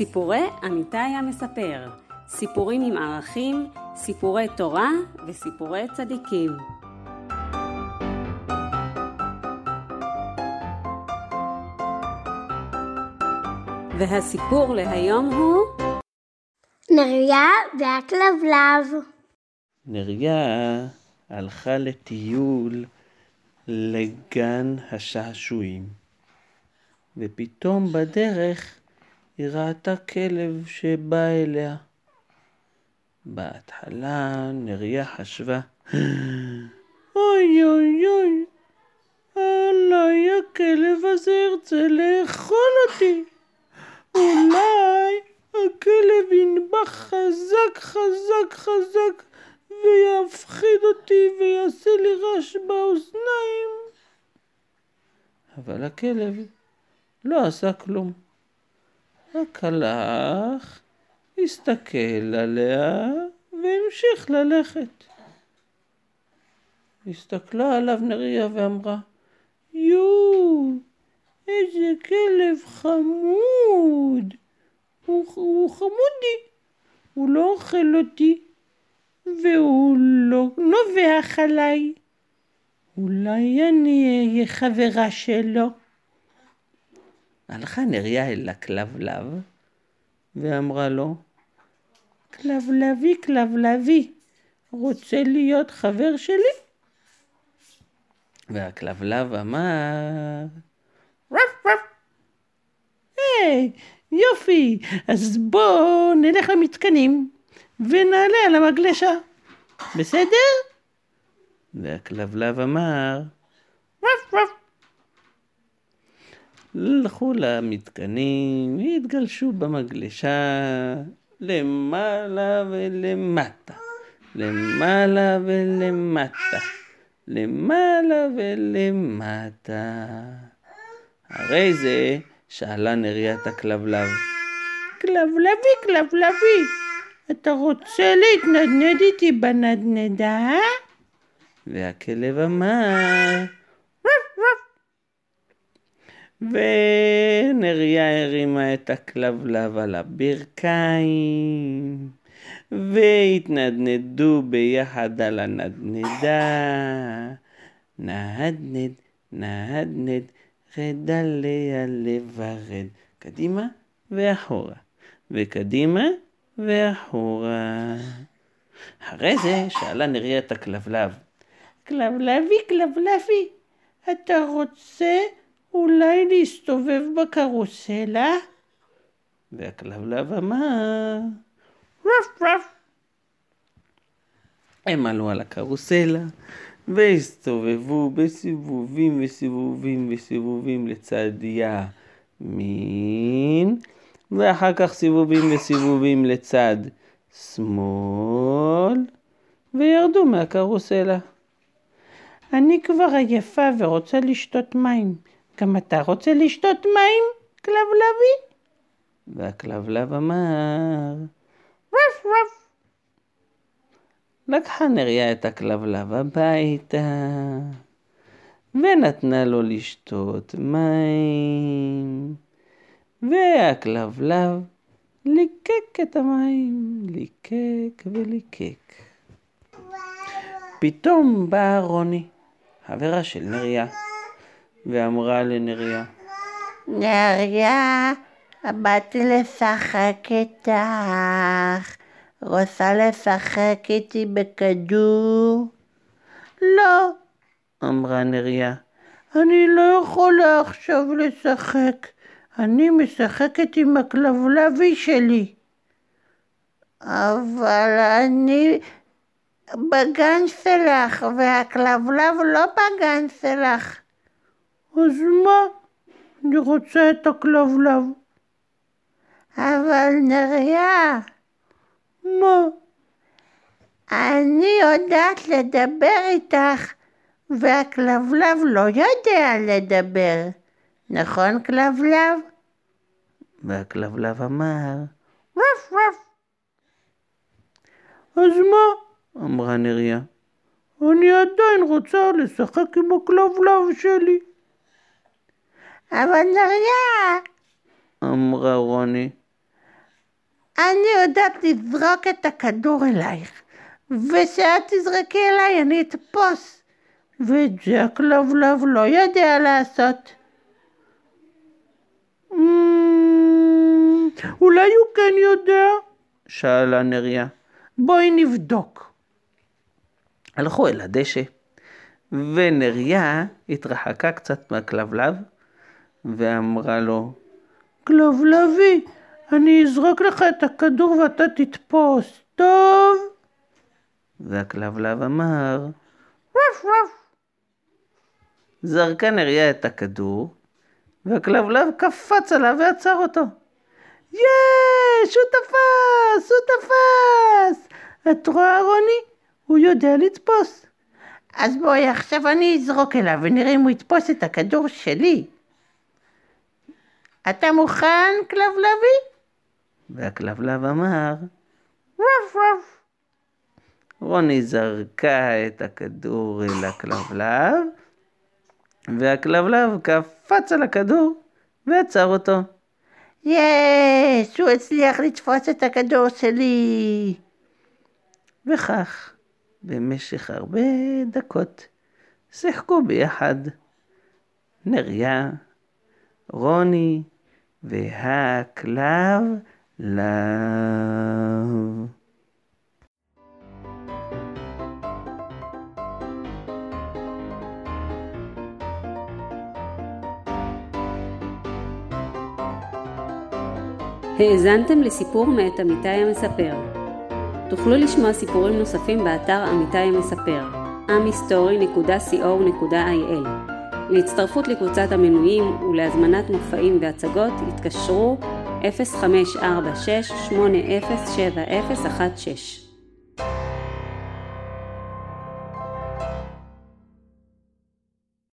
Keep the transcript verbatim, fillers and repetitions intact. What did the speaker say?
סיפורי אמיתי המספר, סיפורים עם ערכים, סיפורי תורה וסיפורי צדיקים. והסיפור להיום הוא נריה והכלבלב. נריה הלכה לטיול לגן השעשועים, ופתאום בדרך היא ראתה כלב שבא אליה. בהתחלה נריה חשבה, אוי אוי אוי, אולי הכלב הזה ירצה לאכול אותי. אולי הכלב ינבח חזק חזק חזק ויפחיד אותי ויעשה לי רעש באוזניים. אבל הכלב לא עשה כלום. רק הלך, הסתכל עליה והמשיך ללכת. הסתכלה עליו נריה ואמרה, יו, איזה כלב חמוד. הוא, הוא חמודי, הוא לא אוכל אותי והוא לא נובח עליי. אולי אני אהיה חברה שלו. הלכה נריה אל הכלבלב ואמרה לו, כלבלבי, כלבלבי, רוצה להיות חבר שלי? והכלבלב אמר, רף רף. היי, יופי, אז בוא נלך למתקנים ונעלה על המגלשה, בסדר? והכלבלב אמר, רף רף. הלכו למתקנים, התגלשו במגלשה, למעלה ולמטה, למעלה ולמטה, למעלה ולמטה. הרי זה שאלה נריה את הכלבלב, כלבלבי, כלבלבי, אתה רוצה להתנדנד איתי בנדנדה? והכלב אמר, רף רף. ונריה הרימה את הכלבלב על הברכיים, והתנדנדו ביחד על הנדנדה. נהדנד, נהדנד, רד עליה לברד. קדימה ואחורה, וקדימה ואחורה. אחרי זה שאלה נריה את הכלבלב, כלבלבי, כלבלבי, אתה רוצה אולי להסתובב בקרוסלה? והכלבלב אמר, רף רף. הם עלו על הקרוסלה והסתובבו בסיבובים וסיבובים וסיבובים לצד ימין, ואחר כך סיבובים וסיבובים לצד שמאל, וירדו מהקרוסלה. אני כבר עייפה ורוצה לשתות מים. גם אתה רוצה לשתות מים, כלבלבי? והכלבלב אמר, רף רף. לקחה נריה את הכלבלב הביתה ונתנה לו לשתות מים, והכלבלב ליקק את המים, ליקק וליקק. פתאום באה רוני, חברה של נריה, ואמרה לנריה, נריה, באתי לשחק איתך. רוצה לשחק איתי בכדור? לא, אמרה נריה, אני לא יכולה עכשיו לשחק. אני משחקת עם הכלבלבי שלי. אבל אני בגן שלך, והכלבלב לא בגן שלך. אז מה? אני רוצה את הכלבלב. אבל נריה, מה? אני יודעת לדבר איתך, והכלבלב לא יודע לדבר. נכון, כלבלב? והכלבלב אמר, רף רף. אז מה? אמרה נריה, אני עדיין רוצה לשחק עם הכלבלב שלי. אבל נריה, אמרה רוני, אני יודעת לזרוק את הכדור אלייך, ושאת תזרקי אליי אני אתפוס, ואת זה הכלבלב לא יודע לעשות. אולי הוא כן יודע? שאלה נריה. בואי נבדוק. הלכו אל הדשא, ונריה התרחקה קצת מהכלבלב, ואמרה לו, כלבלבי, אני אזרוק לך את הכדור ואתה תתפוס, טוב? והכלבלב אמר, ווף ווף. זרקה נריה את הכדור, והכלבלב קפץ עליו ועצר אותו. יש, הוא תפס, הוא תפס. את רואה רוני? הוא יודע לתפוס. אז בואי עכשיו אני אזרוק אליו ונראה אם הוא יתפוס את הכדור שלי. אתה מוכן, כלבלבי? והכלבלב אמר, ווף ווף. רוני זרקה את הכדור אל הכלבלב, והכלבלב קפץ על הכדור ועצר אותו. יש, הוא הצליח לתפוס את הכדור שלי. וכך, במשך הרבה דקות, שיחקו ביחד נריה, רוני והכלבלב. האזנתם לסיפור מאת אמיתי המספר. תוכלו לשמוע סיפורים נוספים באתר אמיתי המספר, amistory נקודה co נקודה il. להצטרפות לקבוצת המנויים ולהזמנת מופעים והצגות התקשרו אפס חמש ארבע שש שמונה אפס שבע אפס אחת שש.